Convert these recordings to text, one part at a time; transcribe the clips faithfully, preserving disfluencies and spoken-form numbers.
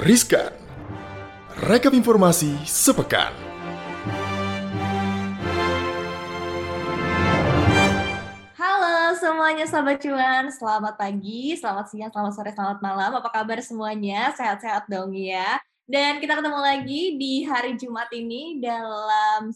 Riskan, rekap informasi sepekan. Halo semuanya Sobat Cuan, selamat pagi, selamat siang, selamat sore, selamat malam. Apa kabar semuanya? Sehat-sehat dong ya. Dan kita ketemu lagi di hari Jumat ini dalam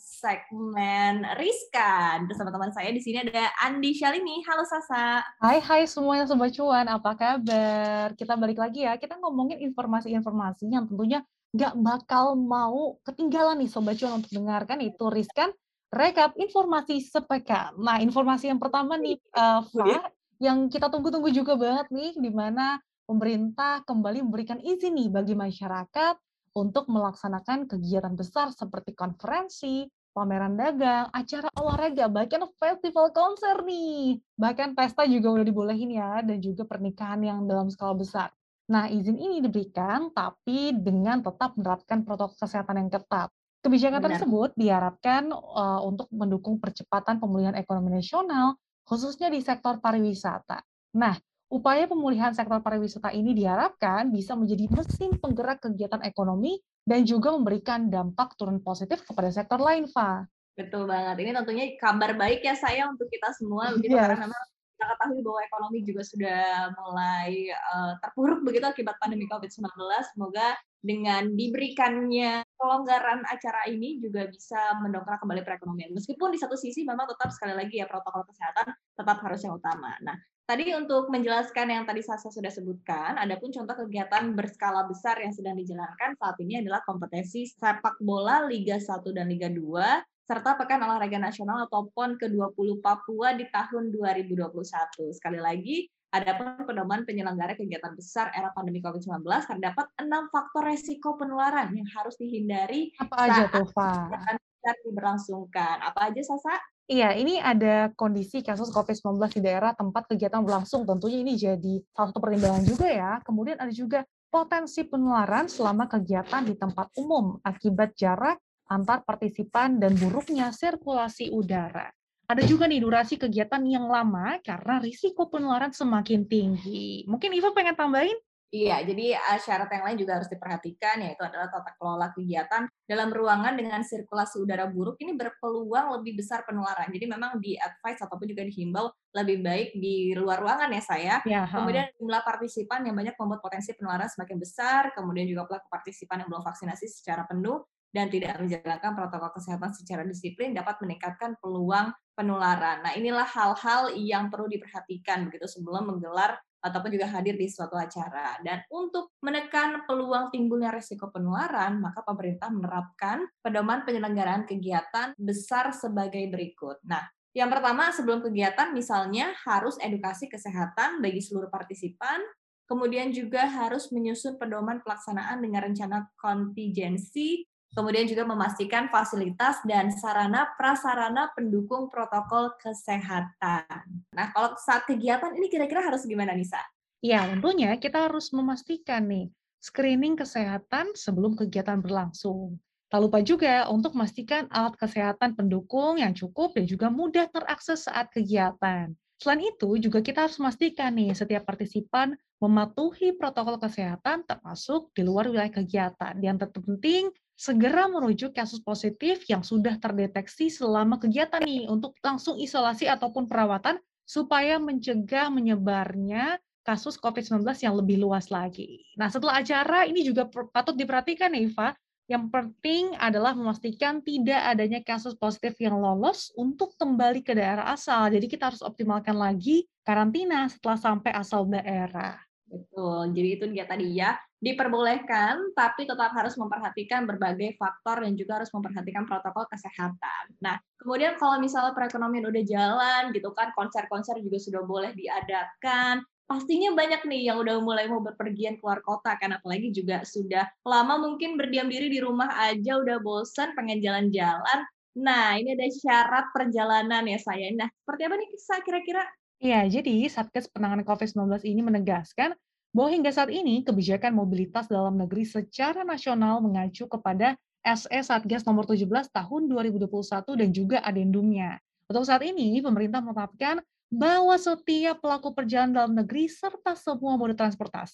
segmen Riskan. Bersama teman saya di sini ada Andi Shalini. Halo Sasa. Hai hai semuanya Sobat Cuan, apa kabar? Kita balik lagi ya, kita ngomongin informasi-informasi yang tentunya nggak bakal mau ketinggalan nih Sobat Cuan untuk dengarkan, itu Riskan Rekap Informasi Sepekan. Nah, informasi yang pertama nih, uh, Fa, yang kita tunggu-tunggu juga banget nih, di mana pemerintah kembali memberikan izin nih bagi masyarakat untuk melaksanakan kegiatan besar seperti konferensi, pameran dagang, acara olahraga, bahkan festival konser nih. Bahkan pesta juga udah dibolehin ya, dan juga pernikahan yang dalam skala besar. Nah, izin ini diberikan, tapi dengan tetap menerapkan protokol kesehatan yang ketat. Kebijakan Benar. tersebut diharapkan uh, untuk mendukung percepatan pemulihan ekonomi nasional, khususnya di sektor pariwisata. Nah, upaya pemulihan sektor pariwisata ini diharapkan bisa menjadi mesin penggerak kegiatan ekonomi dan juga memberikan dampak turun positif kepada sektor lain, Fa. Betul banget. Ini tentunya kabar baik ya saya untuk kita semua begitu, Yes. karena memang kita ketahui bahwa ekonomi juga sudah mulai uh, terpuruk begitu akibat pandemi covid sembilan belas. Semoga dengan diberikannya kelonggaran acara ini juga bisa mendongkrak kembali perekonomian. Meskipun di satu sisi memang tetap sekali lagi ya protokol kesehatan tetap harus yang utama. Nah, tadi untuk menjelaskan yang tadi Sasa sudah sebutkan, adapun contoh kegiatan berskala besar yang sedang dijalankan saat ini adalah kompetisi sepak bola Liga satu dan Liga dua, serta Pekan Olahraga Nasional atau PON ke dua puluh Papua di tahun dua ribu dua puluh satu. Sekali lagi, adapun pedoman penyelenggara kegiatan besar era pandemi covid sembilan belas, terdapat enam faktor resiko penularan yang harus dihindari Apa aja saat tuh, Fa? kegiatan besar diberlangsungkan. Apa aja, Sasa? Iya, ini ada kondisi kasus covid sembilan belas di daerah tempat kegiatan berlangsung. Tentunya ini jadi salah satu pertimbangan juga ya. Kemudian ada juga potensi penularan selama kegiatan di tempat umum akibat jarak antar partisipan dan buruknya sirkulasi udara. Ada juga nih durasi kegiatan yang lama karena risiko penularan semakin tinggi. Mungkin Iva pengen tambahin? Iya, jadi uh, syarat yang lain juga harus diperhatikan, yaitu adalah tata kelola kegiatan dalam ruangan dengan sirkulasi udara buruk ini berpeluang lebih besar penularan. Jadi memang di-advise ataupun juga dihimbau lebih baik di luar ruangan ya saya. Ya, Kemudian jumlah partisipan yang banyak membuat potensi penularan semakin besar, kemudian juga pelaku partisipan yang belum vaksinasi secara penuh dan tidak menjalankan protokol kesehatan secara disiplin dapat meningkatkan peluang penularan. Nah, inilah hal-hal yang perlu diperhatikan begitu sebelum menggelar ataupun juga hadir di suatu acara. Dan untuk menekan peluang timbulnya risiko penularan, maka pemerintah menerapkan pedoman penyelenggaraan kegiatan besar sebagai berikut. Nah, yang pertama sebelum kegiatan misalnya harus edukasi kesehatan bagi seluruh partisipan, kemudian juga harus menyusun pedoman pelaksanaan dengan rencana kontingensi, kemudian juga memastikan fasilitas dan sarana prasarana pendukung protokol kesehatan. Nah, kalau saat kegiatan ini kira-kira harus gimana, Nisa? Ya, tentunya kita harus memastikan nih, screening kesehatan sebelum kegiatan berlangsung. Tak lupa juga untuk memastikan alat kesehatan pendukung yang cukup dan juga mudah terakses saat kegiatan. Selain itu, juga kita harus memastikan nih, setiap partisipan mematuhi protokol kesehatan termasuk di luar wilayah kegiatan. Yang terpenting, segera merujuk kasus positif yang sudah terdeteksi selama kegiatan nih, untuk langsung isolasi ataupun perawatan supaya mencegah menyebarnya kasus covid sembilan belas yang lebih luas lagi. Nah, setelah acara ini juga patut diperhatikan nih, Iva. Yang penting adalah memastikan tidak adanya kasus positif yang lolos untuk kembali ke daerah asal. Jadi kita harus optimalkan lagi karantina setelah sampai asal daerah. Betul, jadi itu dia tadi ya, diperbolehkan tapi tetap harus memperhatikan berbagai faktor dan juga harus memperhatikan protokol kesehatan. Nah, kemudian kalau misalnya perekonomian udah jalan gitu kan, konser-konser juga sudah boleh diadakan, pastinya banyak nih yang udah mulai mau berpergian keluar kota kan, apalagi juga sudah lama mungkin berdiam diri di rumah aja udah bosan pengen jalan-jalan. Nah, ini ada syarat perjalanan ya saya. Nah, seperti apa nih kisah kira-kira? Ya, jadi Satgas Penanganan covid sembilan belas ini menegaskan bahwa hingga saat ini kebijakan mobilitas dalam negeri secara nasional mengacu kepada S E Satgas nomor tujuh belas tahun dua ribu dua puluh satu dan juga adendumnya. Untuk saat ini, pemerintah menetapkan bahwa setiap pelaku perjalanan dalam negeri serta semua moda transportasi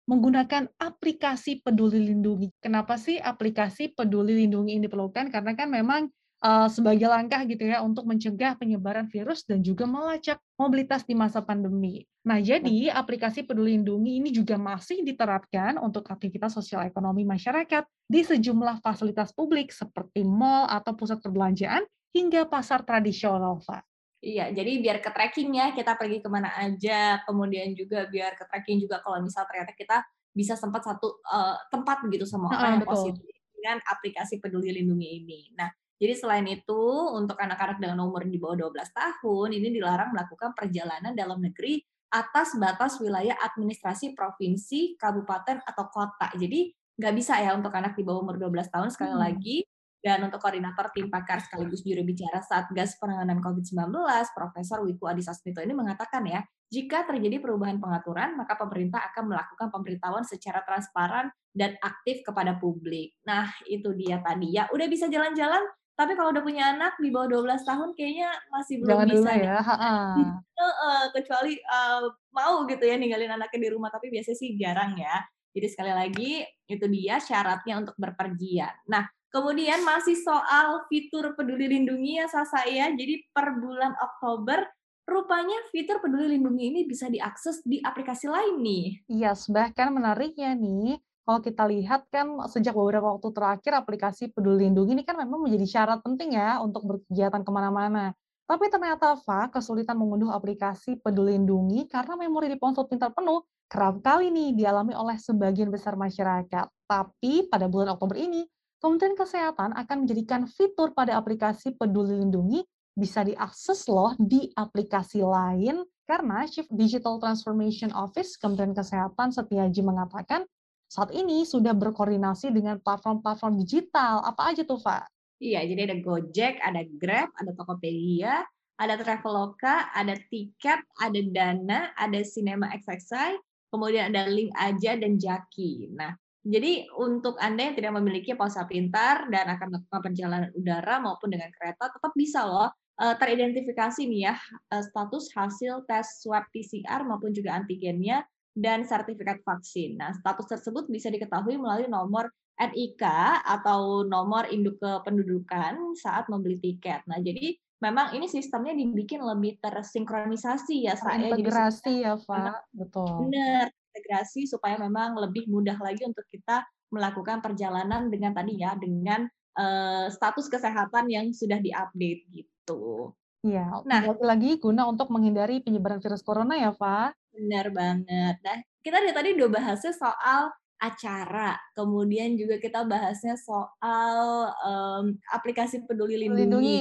menggunakan aplikasi Peduli Lindungi. Kenapa sih aplikasi Peduli Lindungi ini diperlukan? Karena kan memang eee, sebagai langkah gitu ya untuk mencegah penyebaran virus dan juga melacak mobilitas di masa pandemi. Nah, jadi aplikasi Peduli Lindungi ini juga masih diterapkan untuk aktivitas sosial ekonomi masyarakat di sejumlah fasilitas publik seperti mal atau pusat perbelanjaan hingga pasar tradisional, Pak. Iya, jadi biar ke-tracking ya, kita pergi kemana aja, kemudian juga biar ke-tracking juga kalau misal ternyata kita bisa sempat satu, eee, tempat begitu sama Heeh, orang yang betul. positif dengan aplikasi Peduli Lindungi ini. Nah, jadi selain itu untuk anak-anak dengan umur di bawah dua belas tahun, ini dilarang melakukan perjalanan dalam negeri atas batas wilayah administrasi provinsi, kabupaten, atau kota. Jadi nggak bisa ya untuk anak di bawah umur dua belas tahun sekali Mmm, lagi. Dan untuk koordinator tim pakar sekaligus juru bicara Satgas Penanganan covid sembilan belas, Profesor Wiku Adhisa Smito ini mengatakan ya, jika terjadi perubahan pengaturan, maka pemerintah akan melakukan pemberitahuan secara transparan dan aktif kepada publik. Nah, itu dia tadi ya, udah bisa jalan-jalan, tapi kalau udah punya anak di bawah dua belas tahun kayaknya masih belum jangan dulu bisa nih. ya, heeh. Heeh, kecuali, eee, mau gitu ya ninggalin anaknya di rumah, tapi biasanya sih jarang ya. Jadi sekali lagi, itu dia syaratnya untuk berpergian. Nah, kemudian masih soal fitur Peduli Lindungi ya, Sasa, ya. Jadi per bulan Oktober, rupanya fitur Peduli Lindungi ini bisa diakses di aplikasi lain nih. Yes, bahkan menariknya nih, kalau kita lihat kan sejak beberapa waktu terakhir aplikasi Peduli Lindungi ini kan memang menjadi syarat penting ya untuk berkegiatan kemana-mana. Tapi ternyata Fa, kesulitan mengunduh aplikasi Peduli Lindungi karena memori di ponsel pintar penuh kerap kali nih dialami oleh sebagian besar masyarakat. Tapi pada bulan Oktober ini, Kementerian Kesehatan akan menjadikan fitur pada aplikasi Peduli Lindungi bisa diakses loh di aplikasi lain karena Chief Digital Transformation Office Kementerian Kesehatan Setiaji mengatakan saat ini sudah berkoordinasi dengan platform-platform digital. Apa aja tuh, Pak? Iya, jadi ada Gojek, ada Grab, ada Tokopedia, ada Traveloka, ada Tiket, ada Dana, ada Cinema X X I, kemudian ada Link Aja dan Jaki. Nah, jadi untuk Anda yang tidak memiliki ponsel pintar dan akan melakukan perjalanan udara maupun dengan kereta, tetap bisa loh eh, teridentifikasi nih ya eh, status hasil tes swab P C R maupun juga antigennya dan sertifikat vaksin. Nah, status tersebut bisa diketahui melalui nomor N I K atau nomor induk kependudukan saat membeli tiket. Nah, jadi memang ini sistemnya dibikin lebih tersinkronisasi ya, Sa, ya. Jadi supaya Terintegrasi ya, memang Pak. Betul. benar, integrasi supaya memang lebih mudah lagi untuk kita melakukan perjalanan dengan tadi ya, dengan, eee, status kesehatan yang sudah diupdate gitu. Iya, Nah, lagi-lagi guna untuk menghindari penyebaran virus corona ya, Pak. benar banget. Nah, kita dari tadi udah bahasnya soal acara, kemudian juga kita bahasnya soal, mmm, aplikasi Peduli Melindungi. Lindungi.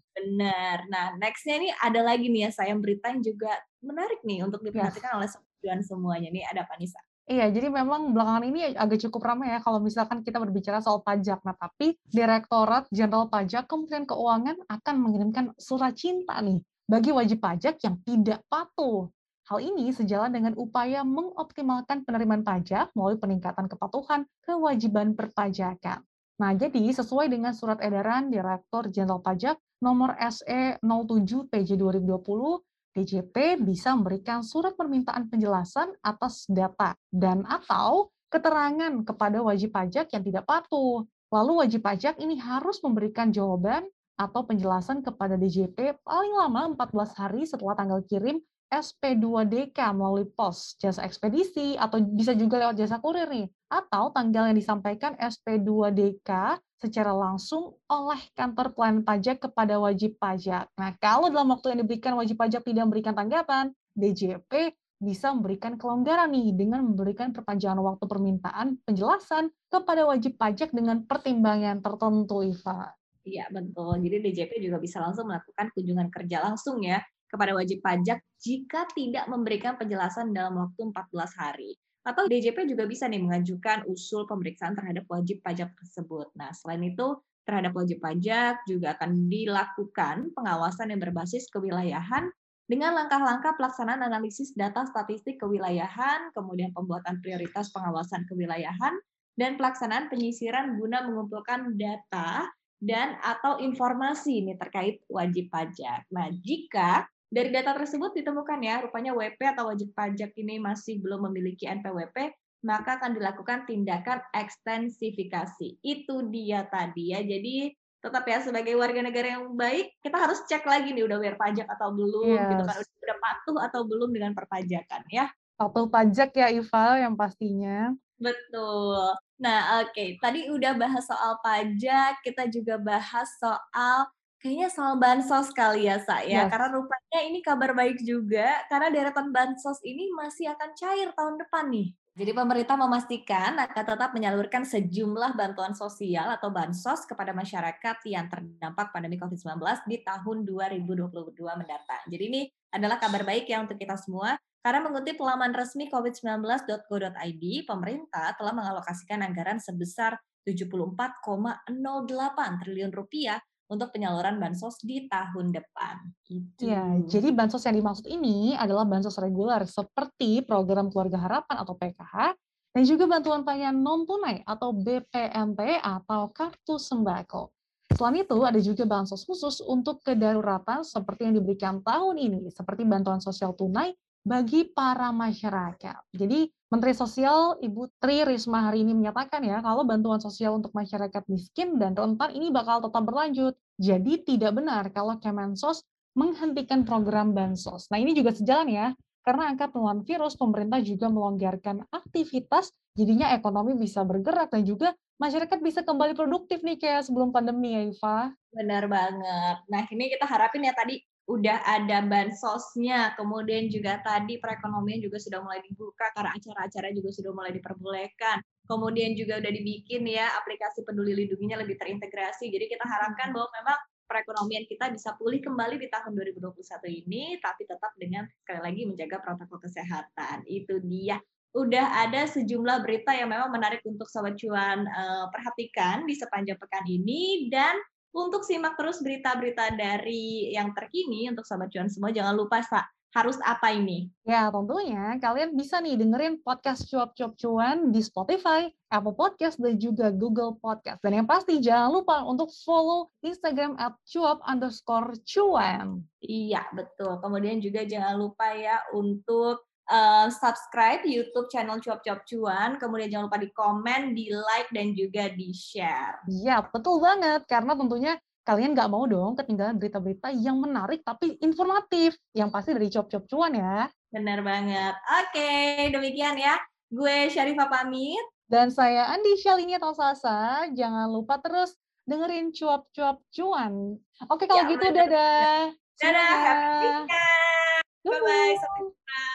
Benar. Nah, next-nya ini ada lagi nih ya, sayang berita yang juga menarik nih untuk Yes. diperhatikan oleh semua semuanya nih, ada apa nih, Sa? Iya, jadi memang belakangan ini agak cukup ramai ya kalau misalkan kita berbicara soal pajak. Nah, tapi Direktorat Jenderal Pajak Kementerian Keuangan akan mengirimkan surat cinta nih bagi wajib pajak yang tidak patuh. Hal ini sejalan dengan upaya mengoptimalkan penerimaan pajak melalui peningkatan kepatuhan kewajiban perpajakan. Nah, jadi sesuai dengan surat edaran Direktur Jenderal Pajak nomor S E nol tujuh P J dua ribu dua puluh, D J P bisa memberikan surat permintaan penjelasan atas data dan atau keterangan kepada wajib pajak yang tidak patuh. Lalu wajib pajak ini harus memberikan jawaban atau penjelasan kepada D J P paling lama empat belas hari setelah tanggal kirim S P dua D K melalui pos, jasa ekspedisi, atau bisa juga lewat jasa kurir nih. Atau tanggal yang disampaikan S P dua D K secara langsung oleh kantor pelayanan pajak kepada wajib pajak. Nah, kalau dalam waktu yang diberikan wajib pajak tidak memberikan tanggapan, D J P bisa memberikan kelonggaran nih dengan memberikan perpanjangan waktu permintaan penjelasan kepada wajib pajak dengan pertimbangan tertentu, Iva. Iya, betul. Jadi D J P juga bisa langsung melakukan kunjungan kerja langsung ya kepada wajib pajak jika tidak memberikan penjelasan dalam waktu empat belas hari. Atau D J P juga bisa nih mengajukan usul pemeriksaan terhadap wajib pajak tersebut. Nah, selain itu terhadap wajib pajak juga akan dilakukan pengawasan yang berbasis kewilayahan dengan langkah-langkah pelaksanaan analisis data statistik kewilayahan, kemudian pembuatan prioritas pengawasan kewilayahan, dan pelaksanaan penyisiran guna mengumpulkan data dan atau informasi ini terkait wajib pajak. Nah, jika dari data tersebut ditemukan ya, rupanya W P atau wajib pajak ini masih belum memiliki N P W P, maka akan dilakukan tindakan ekstensifikasi. Itu dia tadi ya. Jadi tetap ya sebagai warga negara yang baik, kita harus cek lagi nih udah bayar pajak atau belum gitu kan, Yes. udah, udah patuh atau belum dengan perpajakan ya. Patuh pajak ya Iva yang pastinya. Betul. Nah, oke. Okay. Tadi udah bahas soal pajak, kita juga bahas soal kayaknya soal bansos kali ya, Sa, ya. Yes. Karena rupanya ini kabar baik juga, karena deretan bansos ini masih akan cair tahun depan nih. Jadi pemerintah memastikan akan tetap menyalurkan sejumlah bantuan sosial atau bansos kepada masyarakat yang terdampak pandemi covid sembilan belas di tahun dua ribu dua puluh dua mendatang. Jadi ini adalah kabar baik ya untuk kita semua. Karena mengutip laman resmi covid sembilan belas titik go titik i d, pemerintah telah mengalokasikan anggaran sebesar tujuh puluh empat koma nol delapan triliun rupiah untuk penyaluran bansos di tahun depan. Gitu. Ya, jadi bansos yang dimaksud ini adalah bansos reguler seperti program Keluarga Harapan atau P K H, dan juga bantuan pangan non-tunai atau B P N T atau Kartu Sembako. Selain itu, ada juga bansos khusus untuk kedaruratan seperti yang diberikan tahun ini, seperti bantuan sosial tunai bagi para masyarakat. Jadi, Menteri Sosial Ibu Tri Risma hari ini menyatakan ya, kalau bantuan sosial untuk masyarakat miskin dan rentan ini bakal tetap berlanjut. Jadi, tidak benar kalau Kemensos menghentikan program bansos. Nah, ini juga sejalan ya, karena angka penularan virus, pemerintah juga melonggarkan aktivitas, jadinya ekonomi bisa bergerak dan juga masyarakat bisa kembali produktif nih kayak sebelum pandemi ya, Iva. Benar banget. Nah, ini kita harapin ya tadi udah ada bansosnya, kemudian juga tadi perekonomian juga sudah mulai dibuka karena acara-acara juga sudah mulai diperbolehkan. Kemudian juga udah dibikin ya aplikasi Peduli Lindunginya lebih terintegrasi. Jadi kita harapkan bahwa memang perekonomian kita bisa pulih kembali di tahun dua ribu dua puluh satu ini, tapi tetap dengan sekali lagi menjaga protokol kesehatan. Itu dia. Udah ada sejumlah berita yang memang menarik untuk Sobat Cuan uh, perhatikan di sepanjang pekan ini, dan untuk simak terus berita-berita dari yang terkini untuk Sobat Cuan semua, jangan lupa Sa, harus apa ini? Ya, tentunya kalian bisa nih dengerin podcast Cuap-Cuap Cuan di Spotify, Apple Podcast, dan juga Google Podcast. Dan yang pasti jangan lupa untuk follow Instagram at cuap underscore cuan. Iya, betul. Kemudian juga jangan lupa ya untuk uh, subscribe YouTube channel Cuap-Cuap Cuan. Kemudian jangan lupa di komen, di like, dan juga di share. Iya, betul banget. Karena tentunya kalian nggak mau dong ketinggalan berita-berita yang menarik tapi informatif. Yang pasti dari Cuap-Cuap Cuan ya. Benar banget. Oke, demikian ya. Gue Syarifah pamit. Dan saya Andi Shalini Talsasa. Jangan lupa terus dengerin Cuap-Cuap Cuan. Oke, kalau Ya, gitu bener. dadah. Dadah, happy weekend. Bye-bye. Bye. Sampai jumpa.